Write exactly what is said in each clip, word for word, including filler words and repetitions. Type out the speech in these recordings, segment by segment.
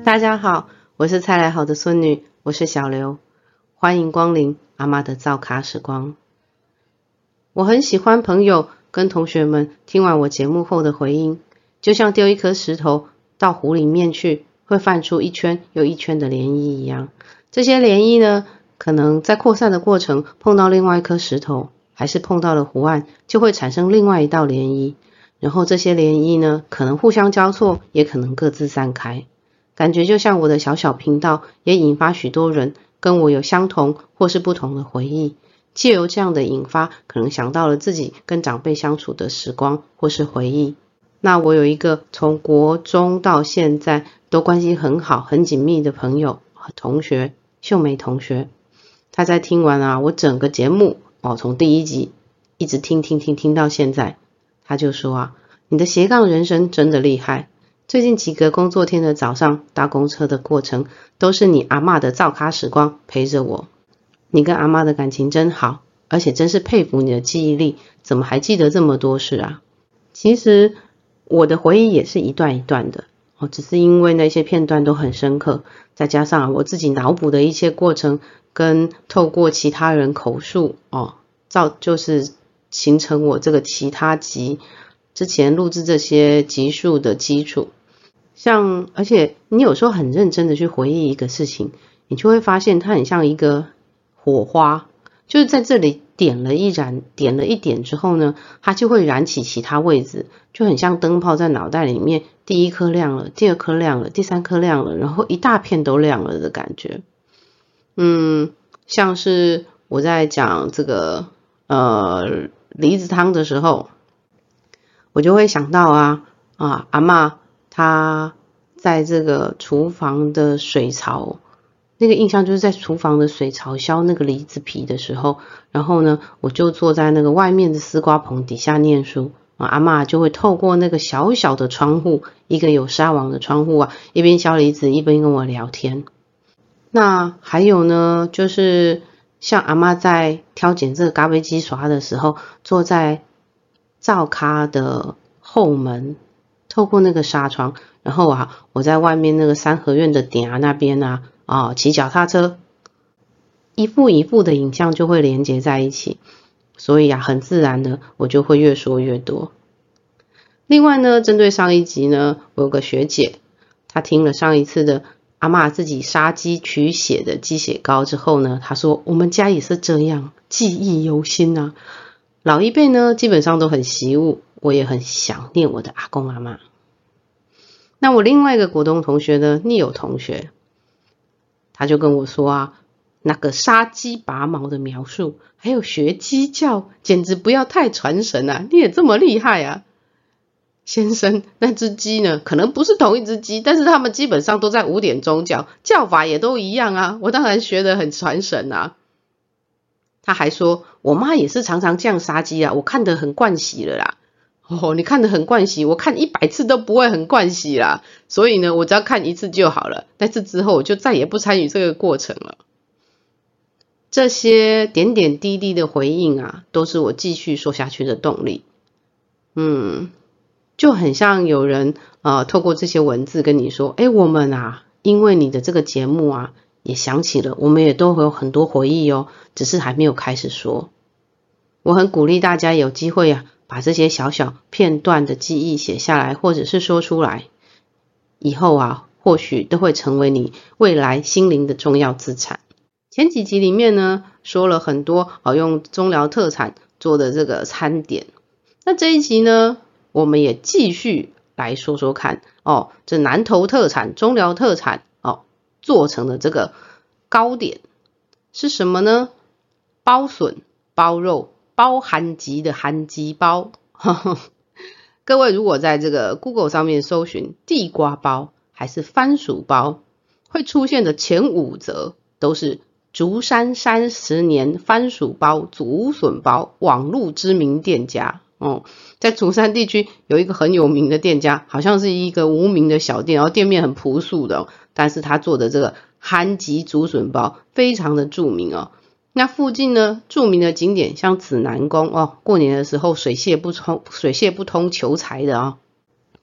大家好，我是菜来好的孙女，我是小刘，欢迎光临阿嬷的造咖时光。我很喜欢朋友跟同学们听完我节目后的回应，就像丢一颗石头到湖里面去，会泛出一圈又一圈的涟漪一样。这些涟漪呢，可能在扩散的过程碰到另外一颗石头，还是碰到了湖岸，就会产生另外一道涟漪。然后这些涟漪呢，可能互相交错，也可能各自散开。感觉就像我的小小频道，也引发许多人跟我有相同或是不同的回忆。藉由这样的引发，可能想到了自己跟长辈相处的时光或是回忆。那我有一个从国中到现在都关系很好、很紧密的朋友和同学，秀梅同学。他在听完啊我整个节目哦，从第一集一直听听听听到现在，他就说啊，你的斜杠人生真的厉害。最近几个工作天的早上，搭公车的过程都是你阿嬷的造咖时光陪着我。你跟阿嬷的感情真好，而且真是佩服你的记忆力，怎么还记得这么多事啊？其实我的回忆也是一段一段的哦，只是因为那些片段都很深刻，再加上我自己脑补的一些过程，跟透过其他人口述哦，造就是形成我这个其他集之前录制这些集数的基础。像而且你有时候很认真的去回忆一个事情，你就会发现它很像一个火花，就是在这里点了一燃，点了一点之后呢，它就会燃起其他位置，就很像灯泡在脑袋里面，第一颗亮了，第二颗亮了，第三颗亮了，然后一大片都亮了的感觉。嗯，像是我在讲这个呃梨子汤的时候，我就会想到啊啊阿嬷她在这个厨房的水槽，那个印象就是在厨房的水槽削那个梨子皮的时候，然后呢我就坐在那个外面的丝瓜棚底下念书啊，阿嬷就会透过那个小小的窗户，一个有纱网的窗户啊，一边削梨子一边跟我聊天。那还有呢，就是像阿嬷在挑拣这个咖啡机刷的时候，坐在灶咖的后门，透过那个纱窗，然后啊，我在外面那个三合院的顶啊那边啊，啊骑脚踏车，一幅一幅的影像就会连接在一起，所以啊，很自然的我就会越说越多。另外呢，针对上一集呢，我有个学姐，她听了上一次的阿嬷自己杀鸡取血的鸡血糕之后呢，她说我们家也是这样，记忆犹新啊。老一辈呢，基本上都很习武，我也很想念我的阿公阿嬷。那我另外一个国中同学呢，逆友同学，他就跟我说啊，那个杀鸡拔毛的描述，还有学鸡叫，简直不要太传神啊！你也这么厉害啊，先生，那只鸡呢，可能不是同一只鸡，但是他们基本上都在五点钟叫，叫法也都一样啊。我当然学得很传神啊。他还说，我妈也是常常这样杀鸡啊，我看得很惯习了啦。哦，你看得很惯习，我看一百次都不会很惯习啦。所以呢，我只要看一次就好了。但是之后我就再也不参与这个过程了。这些点点滴滴的回应啊，都是我继续说下去的动力。嗯，就很像有人呃透过这些文字跟你说，诶，我们啊，因为你的这个节目啊，也想起了，我们也都会有很多回忆哦，只是还没有开始说。我很鼓励大家有机会啊，把这些小小片段的记忆写下来，或者是说出来，以后啊，或许都会成为你未来心灵的重要资产。前几集里面呢，说了很多好用中寮特产做的这个餐点。那这一集呢，我们也继续来说说看哦，这南投特产、中寮特产哦做成的这个糕点是什么呢？包笋、包肉、包韩吉的韩吉包。各位如果在这个 Google 上面搜寻地瓜包还是番薯包，会出现的前五则都是竹山三十年番薯包、竹笋包网络知名店家。哦，在竹山地区有一个很有名的店家，好像是一个无名的小店，然后店面很朴素的哦，但是他做的这个韩吉竹笋包非常的著名哦。那附近呢，著名的景点像指南宫哦，过年的时候水泄不通，水泄不通求财的哦，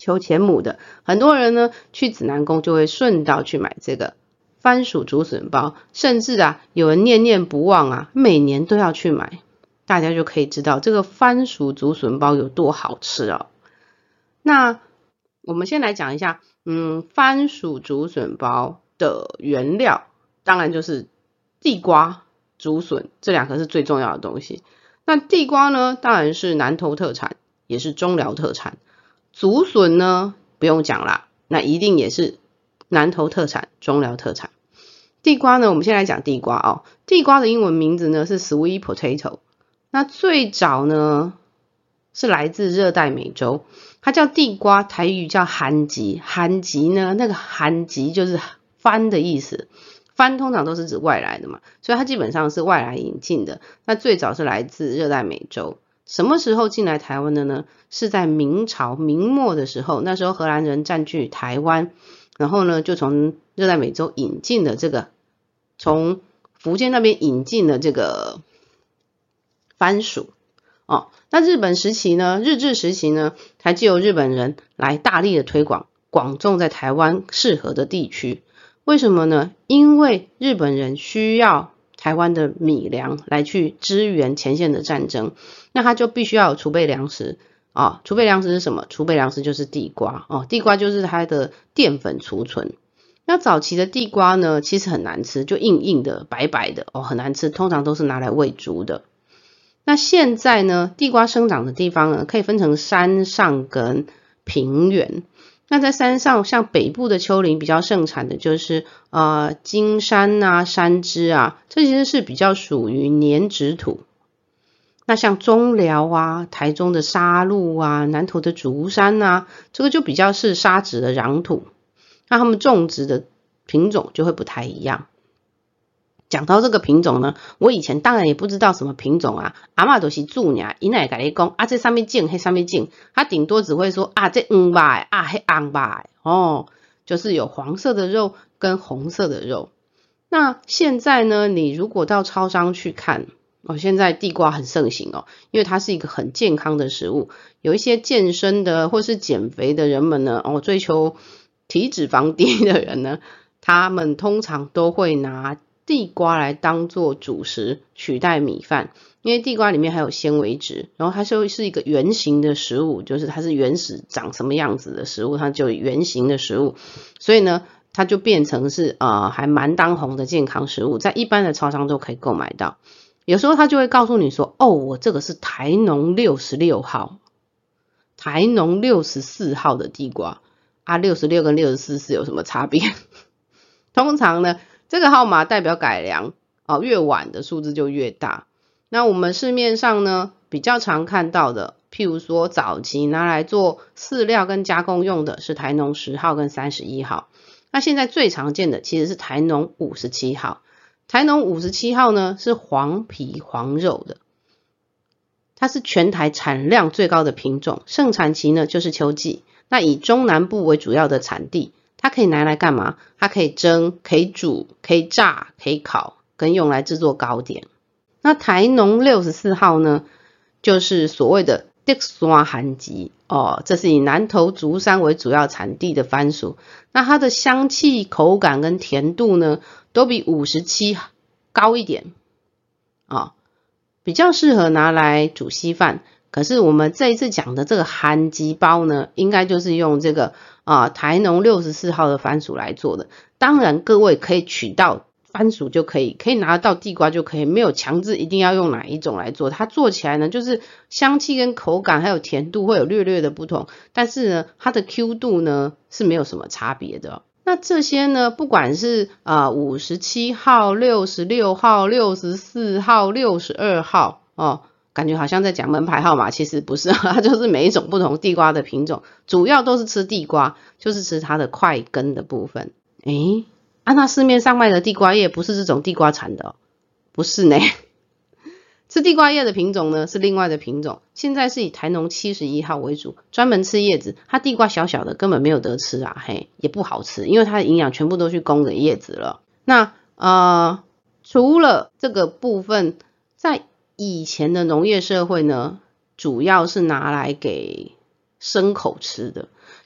求钱母的，很多人呢去指南宫就会顺道去买这个番薯竹笋包，甚至啊有人念念不忘啊，每年都要去买。大家就可以知道这个番薯竹笋包有多好吃哦。那我们先来讲一下，嗯，番薯竹笋包的原料，当然就是地瓜、竹笋，这两个是最重要的东西。那地瓜呢，当然是南投特产，也是中寮特产。竹笋呢，不用讲啦，那一定也是南投特产、中寮特产。地瓜呢，我们先来讲地瓜哦。地瓜的英文名字呢是 sweet potato。那最早呢是来自热带美洲，它叫地瓜，台语叫番薯。番薯呢，那个番薯就是番的意思，番通常都是指外来的嘛，所以它基本上是外来引进的。那最早是来自热带美洲，什么时候进来台湾的呢？是在明朝明末的时候，那时候荷兰人占据台湾，然后呢就从热带美洲引进了这个，从福建那边引进了这个番薯哦。那日本时期呢，日治时期呢，才藉由日本人来大力的推广，广种在台湾适合的地区。为什么呢？因为日本人需要台湾的米粮来去支援前线的战争，那他就必须要有储备粮食啊、哦。储备粮食是什么？储备粮食就是地瓜哦，地瓜就是它的淀粉储存。那早期的地瓜呢，其实很难吃，就硬硬的、白白的哦，很难吃，通常都是拿来喂猪的。那现在呢，地瓜生长的地方呢，可以分成山上跟平原。那在山上，像北部的丘陵比较盛产的就是呃金山啊、山枝啊，这些是比较属于黏质土。那像中寮啊、台中的沙鹿啊、南投的竹山啊，这个就比较是沙质的壤土。那他们种植的品种就会不太一样。讲到这个品种呢，我以前当然也不知道什么品种啊，阿嬷都是煮尔，伊乃跟你讲啊，这上面种，迄上面种，他顶多只会说啊，这黄吧，啊，迄红吧，哦，就是有黄色的肉跟红色的肉。那现在呢，你如果到超商去看，哦，现在地瓜很盛行哦，因为它是一个很健康的食物，有一些健身的或是减肥的人们呢，哦，追求体脂肪低的人呢，他们通常都会拿地瓜来当做主食取代米饭，因为地瓜里面还有纤维质，然后它就是一个圆形的食物，就是它是原始长什么样子的食物，它就圆形的食物，所以呢它就变成是呃还蛮当红的健康食物，在一般的超商都可以购买到。有时候他就会告诉你说，哦，我这个是台农六十六号，台农六十四号的地瓜啊，六十六跟六十四是有什么差别？通常呢这个号码代表改良哦，越晚的数字就越大。那我们市面上呢比较常看到的，譬如说早期拿来做饲料跟加工用的是台农十号跟三十一号，那现在最常见的其实是台农五十七号。台农五十七号呢是黄皮黄肉的，它是全台产量最高的品种，盛产期呢就是秋季。那以中南部为主要的产地，它可以拿来干嘛？它可以蒸，可以煮，可以炸，可以烤，跟用来制作糕点。那台农六十四号呢，就是所谓的竹山番薯哦，这是以南投竹山为主要产地的番薯。那它的香气、口感跟甜度呢，都比五十七高一点哦，比较适合拿来煮稀饭。可是我们这一次讲的这个番薯包呢，应该就是用这个啊、呃、台农六十四号的番薯来做的。当然各位可以取到番薯就可以，可以拿到地瓜就可以，没有强制一定要用哪一种来做。它做起来呢，就是香气跟口感还有甜度会有略略的不同，但是呢，它的 Q 度呢是没有什么差别的。那这些呢，不管是啊五十七号、六十六号、六十四号、六十二号哦。感觉好像在讲门牌号码，其实不是，它就是每一种不同地瓜的品种，主要都是吃地瓜，就是吃它的块根的部分。诶，啊，那市面上卖的地瓜叶不是这种地瓜产的哦，不是呢。吃地瓜叶的品种呢是另外的品种，现在是以台农七十一号为主，专门吃叶子。它地瓜小小的，根本没有得吃啊，嘿，也不好吃，因为它的营养全部都去供给叶子了。那呃，除了这个部分，在以前的农业社会呢，主要是拿来给牲口吃的，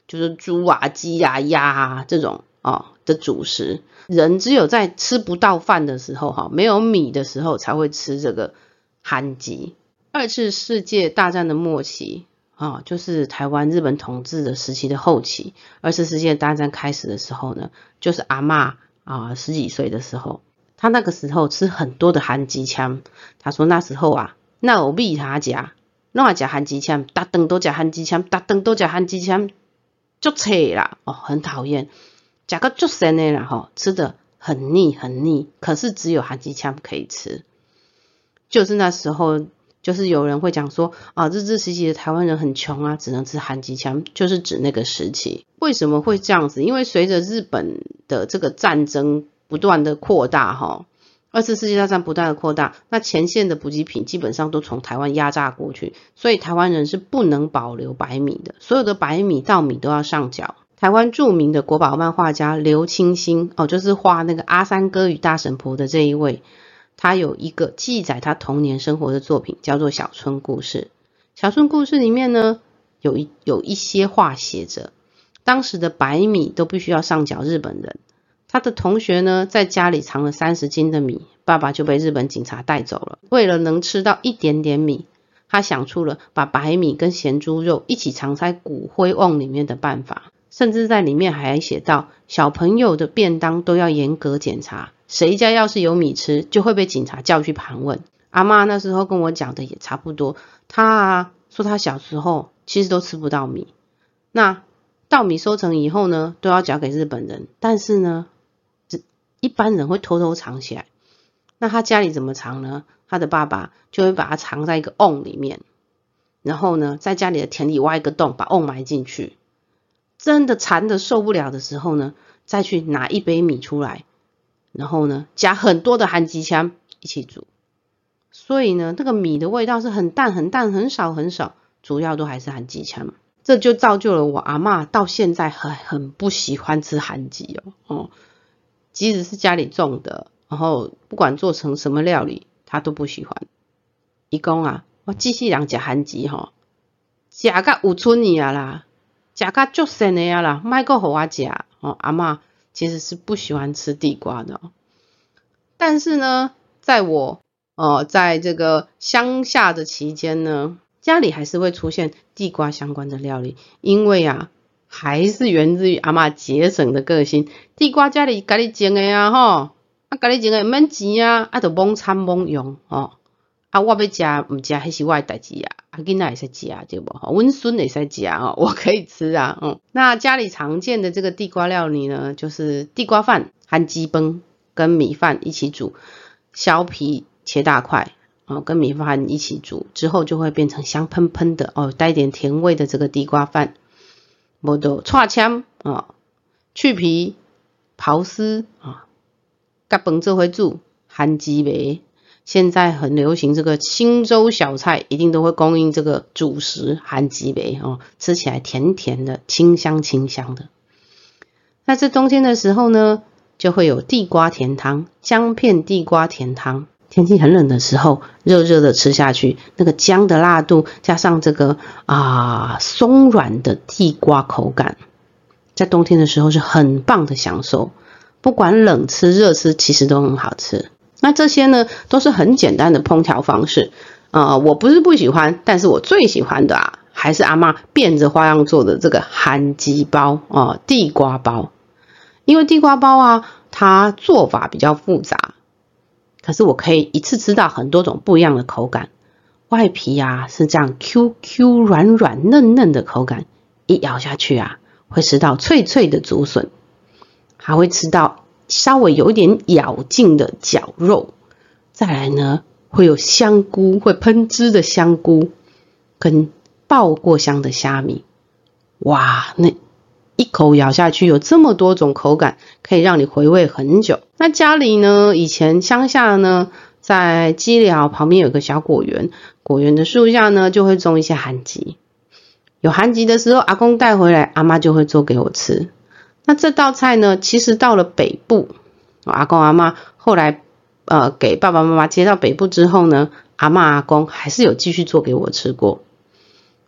就是猪啊、鸡啊、鸭啊这种哦的主食。人只有在吃不到饭的时候，哈，没有米的时候才会吃这个番薯。二次世界大战的末期，啊，就是台湾日本统治的时期的后期。二次世界大战开始的时候呢，就是阿嬷啊十几岁的时候，她那个时候吃很多的番薯签。她说那时候啊，那有米他吃，拢爱吃番薯签，逐顿都吃番薯签，逐顿都吃番薯签，足脆啦，哦，很讨厌。吃到足咸的啦，吼，吃的很腻很腻，可是只有番薯签可以吃。就是那时候，就是有人会讲说啊，日治时期的台湾人很穷啊，只能吃番薯签，就是指那个时期。为什么会这样子？因为随着日本的这个战争不断的扩大，哈，二次世界大战不断的扩大，那前线的补给品基本上都从台湾压榨过去，所以台湾人是不能保留白米的，所有的白米稻米都要上缴。台湾著名的国宝漫画家刘清兴，哦，就是画那个阿三哥与大婶婆的这一位，他有一个记载他童年生活的作品，叫做《小春故事》。小春故事里面呢，有一有一些话写着，当时的白米都必须要上缴日本人。他的同学呢，在家里藏了三十斤的米，爸爸就被日本警察带走了。为了能吃到一点点米，他想出了把白米跟咸猪肉一起藏在骨灰瓮里面的办法。甚至在里面还写到，小朋友的便当都要严格检查，谁家要是有米吃，就会被警察叫去盘问。阿嬷那时候跟我讲的也差不多，她啊说她小时候其实都吃不到米，那稻米收成以后呢，都要交给日本人，但是呢，一般人会偷偷藏起来。那他家里怎么藏呢？他的爸爸就会把它藏在一个瓮里面，然后呢，在家里的田里挖一个洞，把瓮埋进去。真的馋的受不了的时候呢，再去拿一杯米出来，然后呢，加很多的番薯签一起煮。所以呢，那个米的味道是很淡很淡，很少很少，主要都还是番薯签。这就造就了我阿嬷到现在很很不喜欢吃番薯哦。哦，即使是家里种的，然后不管做成什么料理，她都不喜欢。伊讲啊，我这世人吃番薯吼，吃到有春意啊啦。吃到足咸的呀啦，莫阁互我吃哦。阿嬷其实是不喜欢吃地瓜的，哦，但是呢，在我呃在这个乡下的期间呢，家里还是会出现地瓜相关的料理，因为啊，还是源自于阿嬷节省的个性。地瓜家里家己种的啊吼，啊家己种的免钱啊，啊就猛产猛用哦。啊，我要吃唔吃，迄是我的代志啊。啊，囡仔会使吃对不？阮孙会使吃哦，我可以吃啊。嗯，那家里常见的这个地瓜料理呢，就是地瓜饭、番薯饭跟米饭一起煮，削皮切大块哦，跟米饭一起煮之后，就会变成香喷喷的哦，带点甜味的这个地瓜饭。无就串签啊，去皮、刨丝啊，甲饭做伙煮，番薯糜。现在很流行这个清粥小菜，一定都会供应这个主食番薯糜哦，吃起来甜甜的，清香清香的。那这冬天的时候呢，就会有地瓜甜汤、姜片地瓜甜汤。天气很冷的时候，热热的吃下去，那个姜的辣度加上这个啊松软的地瓜口感，在冬天的时候是很棒的享受。不管冷吃热吃，其实都很好吃。那这些呢，都是很简单的烹调方式，呃，我不是不喜欢，但是我最喜欢的啊，还是阿嬷变着花样做的这个番薯包啊、呃，地瓜包。因为地瓜包啊，它做法比较复杂，可是我可以一次吃到很多种不一样的口感。外皮啊是这样 Q Q 软软嫩嫩的口感，一咬下去啊，会吃到脆脆的竹笋，还会吃到稍微有一点咬劲的绞肉，再来呢会有香菇，会喷汁的香菇跟爆过香的虾米。哇，那一口咬下去有这么多种口感，可以让你回味很久。那家里呢，以前乡下呢，在基寮旁边有个小果园，果园的树下呢就会种一些番薯，有番薯的时候阿公带回来，阿嬷就会做给我吃。那这道菜呢，其实到了北部，阿公阿嬷后来呃给爸爸妈妈接到北部之后呢，阿嬷阿公还是有继续做给我吃过。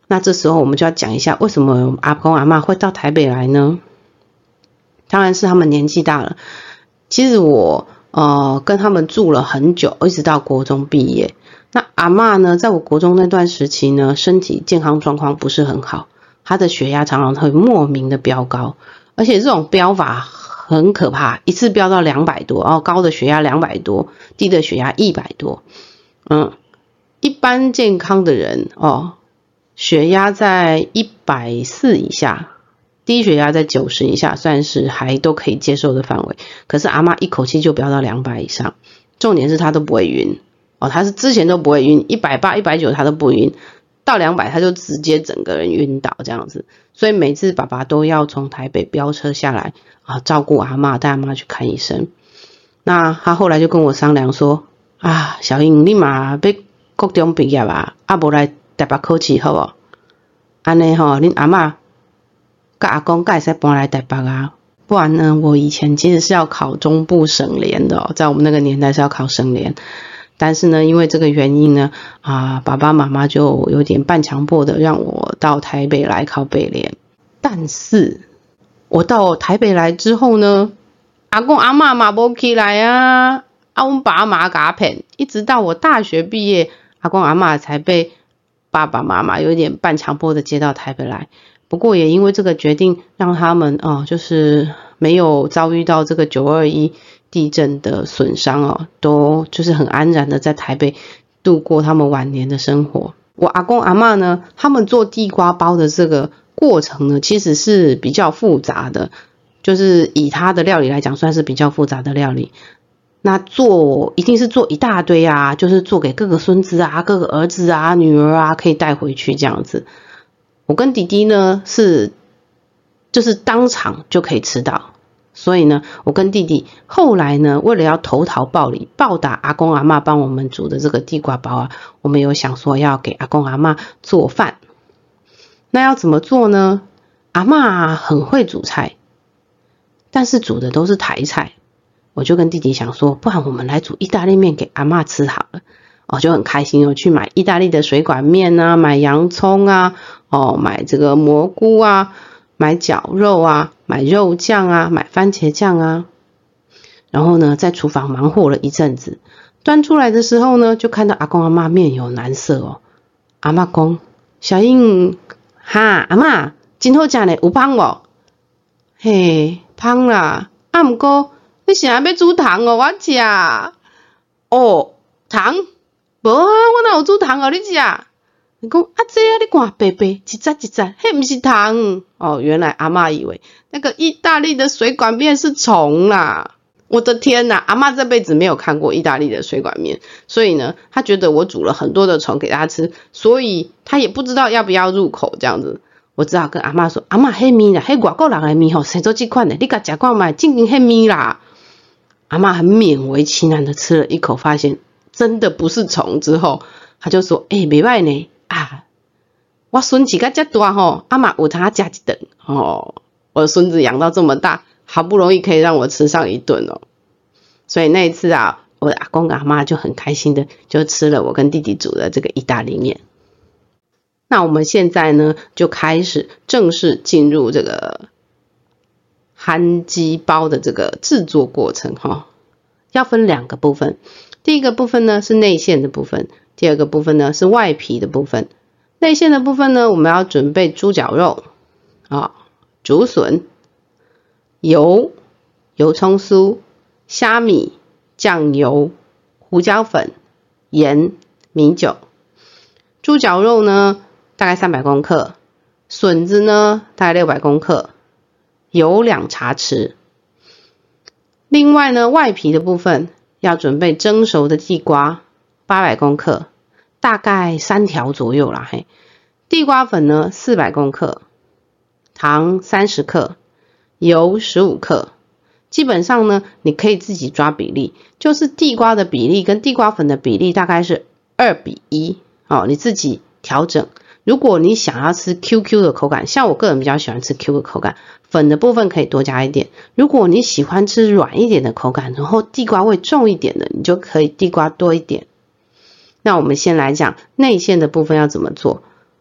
那这时候我们就要讲一下，为什么阿公阿嬷会到台北来呢？当然是他们年纪大了。其实我呃跟他们住了很久，一直到国中毕业。那阿嬷呢，在我国中那段时期呢，身体健康状况不是很好，她的血压常常会莫名的飙高，而且这种飙法很可怕，一次飙到两百多，哦，高的血压两百多，低的血压一百多。嗯，一般健康的人哦，血压在一百四以下，低血压在九十以下，算是还都可以接受的范围。可是阿嬷一口气就飙到两百以上，重点是她都不会晕哦，她是之前都不会晕，一百八、一百九她都不晕，到两百她就直接整个人晕倒这样子。所以每次爸爸都要从台北飙车下来啊，照顾阿嬷，带阿嬷去看医生。那他后来就跟我商量说啊，小英你嘛要国中毕业啊，啊无来台北考试好不？安尼吼，恁阿嬷跟阿公该使搬来台北啊。不然呢，我以前其实是要考中部省联的哦，在我们那个年代是要考省联。但是呢，因为这个原因呢，啊，爸爸妈妈就有点半强迫的让我到台北来考北联。但是我到台北来之后呢，阿公阿嬷嘛没起来啊，啊，我爸妈给他骗，一直到我大学毕业，阿公阿嬷才被爸爸妈妈有点半强迫的接到台北来。不过也因为这个决定，让他们哦，就是没有遭遇到这个九二一地震的损伤哦，都就是很安然的在台北度过他们晚年的生活。我阿公阿嬷呢，他们做地瓜包的这个过程呢，其实是比较复杂的，就是以他的料理来讲，算是比较复杂的料理。那做一定是做一大堆啊，就是做给各个孙子啊、各个儿子啊、女儿啊可以带回去这样子。我跟弟弟呢是就是当场就可以吃到，所以呢，我跟弟弟后来呢，为了要投桃报李，报答阿公阿嬷帮我们煮的这个地瓜包啊，我们有想说要给阿公阿嬷做饭。那要怎么做呢？阿嬷很会煮菜，但是煮的都是台菜。我就跟弟弟想说，不然我们来煮意大利面给阿嬷吃好了。哦，就很开心哦，去买意大利的水管面啊，买洋葱啊，哦，买这个蘑菇啊，买绞肉啊，买肉酱啊，买番茄酱啊。然后呢，在厨房忙活了一阵子，端出来的时候呢，就看到阿公阿嬷面有难色哦。阿嬷讲，小英，哈，阿嬷，真好吃呢，有芳无？嘿，芳啦，啊，不过你现在要煮汤哦，我吃。哦，汤？无啊，我哪有煮汤哦，你吃？你讲啊，这啊，你看白白一扎一扎，迄不是汤哦。原来阿嬷以为那个意大利的水管面是虫啦。我的天哪，阿嬷这辈子没有看过意大利的水管面，所以呢，她觉得我煮了很多的虫给她吃，所以她也不知道要不要入口这样子。我只好跟阿嬷说，阿嬷迄面啦，迄外国人的面吼，生做这款的，你甲食看卖，正经迄面啦。阿嬷很勉为其难的吃了一口，发现真的不是虫之后，她就说，诶、欸，袂歹呢。啊，我孙子甲遮大吼，阿嬷有他吃一顿哦。我的孙子养到这么大，好不容易可以让我吃上一顿哦。所以那一次啊，我的阿公阿嬷就很开心的就吃了我跟弟弟煮的这个意大利面。那我们现在呢，就开始正式进入这个憨鸡包的这个制作过程哈、哦。要分两个部分，第一个部分呢是内馅的部分。第二个部分呢是外皮的部分。内馅的部分呢，我们要准备猪脚肉啊、竹笋、油、油葱酥、虾米、酱油、胡椒粉、盐、米酒。猪脚肉呢大概三百公克，笋子呢大概六百公克，油两茶匙。另外呢，外皮的部分要准备蒸熟的地瓜八百公克，大概三条左右啦嘿。地瓜粉呢四百公克，糖三十克，油十五克。基本上呢，你可以自己抓比例，就是地瓜的比例跟地瓜粉的比例大概是二比一，哦，你自己调整。如果你想要吃 Q Q 的口感，像我个人比较喜欢吃 Q 的口感，粉的部分可以多加一点。如果你喜欢吃软一点的口感，然后地瓜味重一点的，你就可以地瓜多一点。那我们先来讲内馅的部分要怎么做。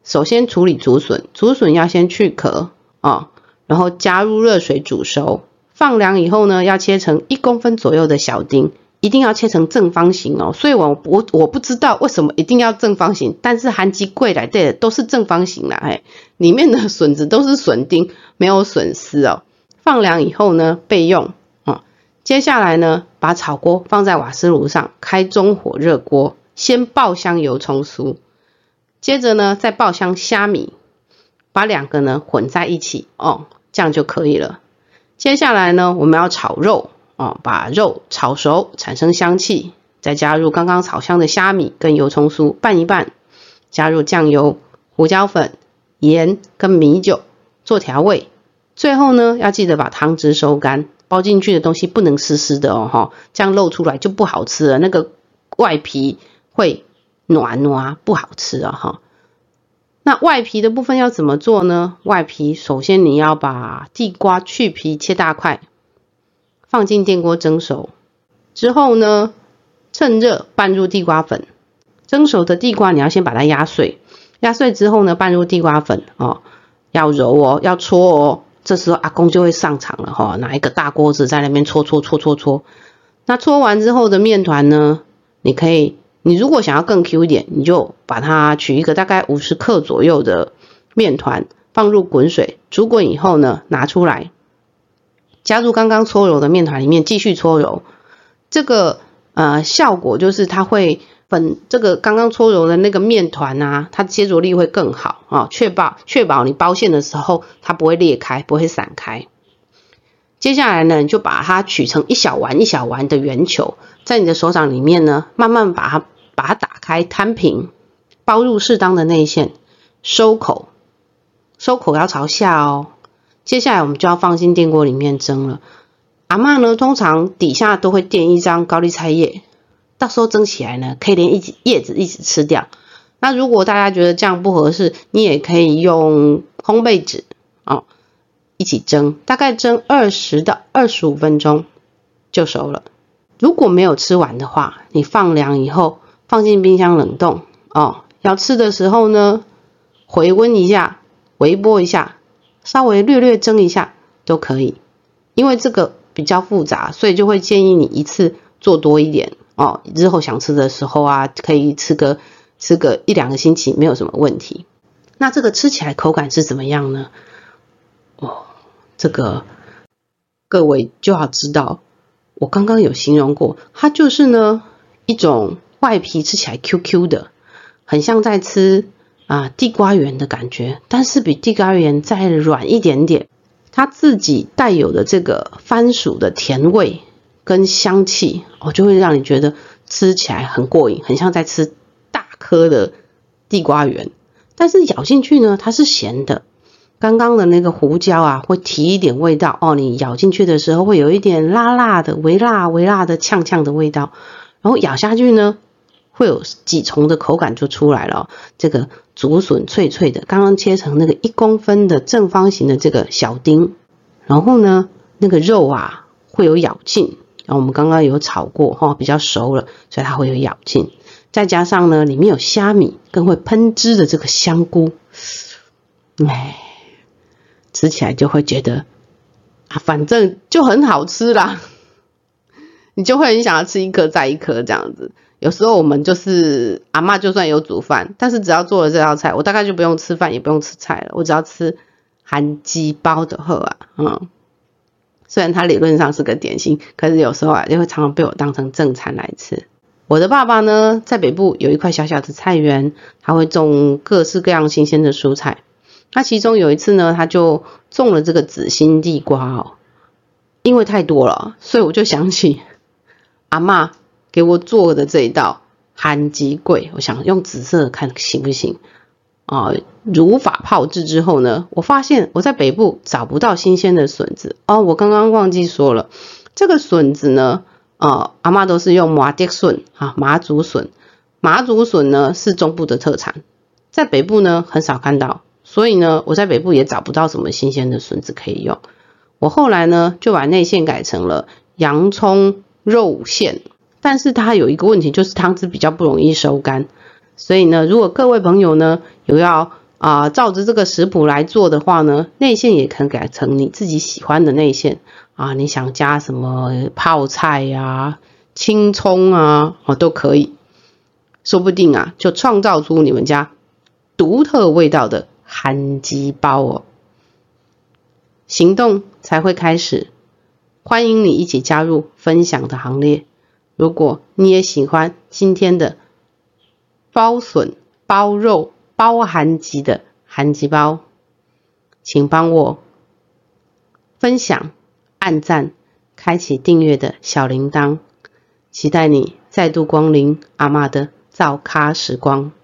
首先处理竹笋，竹笋要先去壳哦，然后加入热水煮熟，放凉以后呢，要切成一公分左右的小丁，一定要切成正方形哦。所以我我我不知道为什么一定要正方形，但是韩吉柜来的都是正方形啦，哎，里面的笋子都是笋丁，没有笋丝哦。放凉以后呢，备用哦。接下来呢，把炒锅放在瓦斯炉上，开中火热锅，先爆香油葱酥。接着呢，再爆香虾米，把两个呢混在一起哦，这样就可以了。接下来呢，我们要炒肉哦，把肉炒熟，产生香气，再加入刚刚炒香的虾米跟油葱酥，拌一拌，加入酱油、胡椒粉、盐跟米酒做调味。最后呢，要记得把汤汁收干，包进去的东西不能湿湿的哦，哈，这样露出来就不好吃了，那个外皮会软软不好吃哦哈。那外皮的部分要怎么做呢？外皮首先你要把地瓜去皮切大块，放进电锅蒸熟。之后呢，趁热拌入地瓜粉。蒸熟的地瓜你要先把它压碎，压碎之后呢，拌入地瓜粉哦，要揉哦，要搓哦。这时候阿公就会上场了哈、哦，拿一个大锅子在那边搓搓搓搓搓。那搓完之后的面团呢，你可以。你如果想要更 Q 一点，你就把它取一个大概五十克左右的面团，放入滚水，煮滚以后呢，拿出来，加入刚刚搓揉的面团里面，继续搓揉。这个呃效果就是它会粉这个刚刚搓揉的那个面团啊，它接着力会更好啊，确保确保你包馅的时候它不会裂开，不会散开。接下来呢，你就把它取成一小丸一小丸的圆球，在你的手掌里面呢，慢慢把它把它打开摊平，包入适当的内馅，收口，收口要朝下哦。接下来我们就要放进电锅里面蒸了。阿嬷呢，通常底下都会垫一张高丽菜叶，到时候蒸起来呢，可以连一起叶子一起吃掉。那如果大家觉得这样不合适，你也可以用烘焙纸哦。一起蒸，大概蒸二十到二十五分钟就熟了。如果没有吃完的话，你放凉以后放进冰箱冷冻哦。要吃的时候呢，回温一下，微波一下，稍微略略蒸一下都可以。因为这个比较复杂，所以就会建议你一次做多一点哦。日后想吃的时候啊，可以吃个吃个一两个星期没有什么问题。那这个吃起来口感是怎么样呢？哦。这个各位就要知道，我刚刚有形容过，它就是呢一种外皮吃起来 Q Q 的，很像在吃啊地瓜圆的感觉，但是比地瓜圆再软一点点。它自己带有的这个番薯的甜味跟香气，哦，就会让你觉得吃起来很过瘾，很像在吃大颗的地瓜圆。但是咬进去呢，它是咸的。刚刚的那个胡椒啊，会提一点味道哦。你咬进去的时候，会有一点辣辣的、微辣、微辣的呛呛的味道。然后咬下去呢，会有几重的口感就出来了、哦。这个竹笋脆脆的，刚刚切成那个一公分的正方形的这个小丁。然后呢，那个肉啊会有咬劲。然后我们刚刚有炒过哈、哦，比较熟了，所以它会有咬劲。再加上呢，里面有虾米，更会喷汁的这个香菇，哎。吃起来就会觉得啊，反正就很好吃啦，你就会很想要吃一颗再一颗这样子。有时候我们就是阿嬷就算有煮饭，但是只要做了这道菜，我大概就不用吃饭，也不用吃菜了，我只要吃韩鸡包的喝啊，嗯。虽然它理论上是个点心，可是有时候啊，就会常常被我当成正餐来吃。我的爸爸呢，在北部有一块小小的菜园，他会种各式各样新鲜的蔬菜。那其中有一次呢，他就种了这个紫心地瓜哦，因为太多了，所以我就想起阿嬷给我做的这一道韩吉粿，我想用紫色的看行不行啊、呃？如法炮制之后呢，我发现我在北部找不到新鲜的笋子哦。我刚刚忘记说了，这个笋子呢，呃，阿嬷都是用麻竹笋啊，麻竹笋，麻竹笋呢是中部的特产，在北部呢很少看到。所以呢，我在北部也找不到什么新鲜的笋子可以用。我后来呢，就把内馅改成了洋葱肉馅，但是它有一个问题，就是汤汁比较不容易收干。所以呢，如果各位朋友呢有要啊、呃，照着这个食谱来做的话呢，内馅也可以改成你自己喜欢的内馅啊，你想加什么泡菜呀、啊、青葱啊，哦都可以，说不定啊就创造出你们家独特味道的韩鸡包哦。行动才会开始，欢迎你一起加入分享的行列。如果你也喜欢今天的包笋、包肉、包韩鸡的韩鸡包，请帮我分享、按赞、开启订阅的小铃铛，期待你再度光临阿嬷的造咖时光。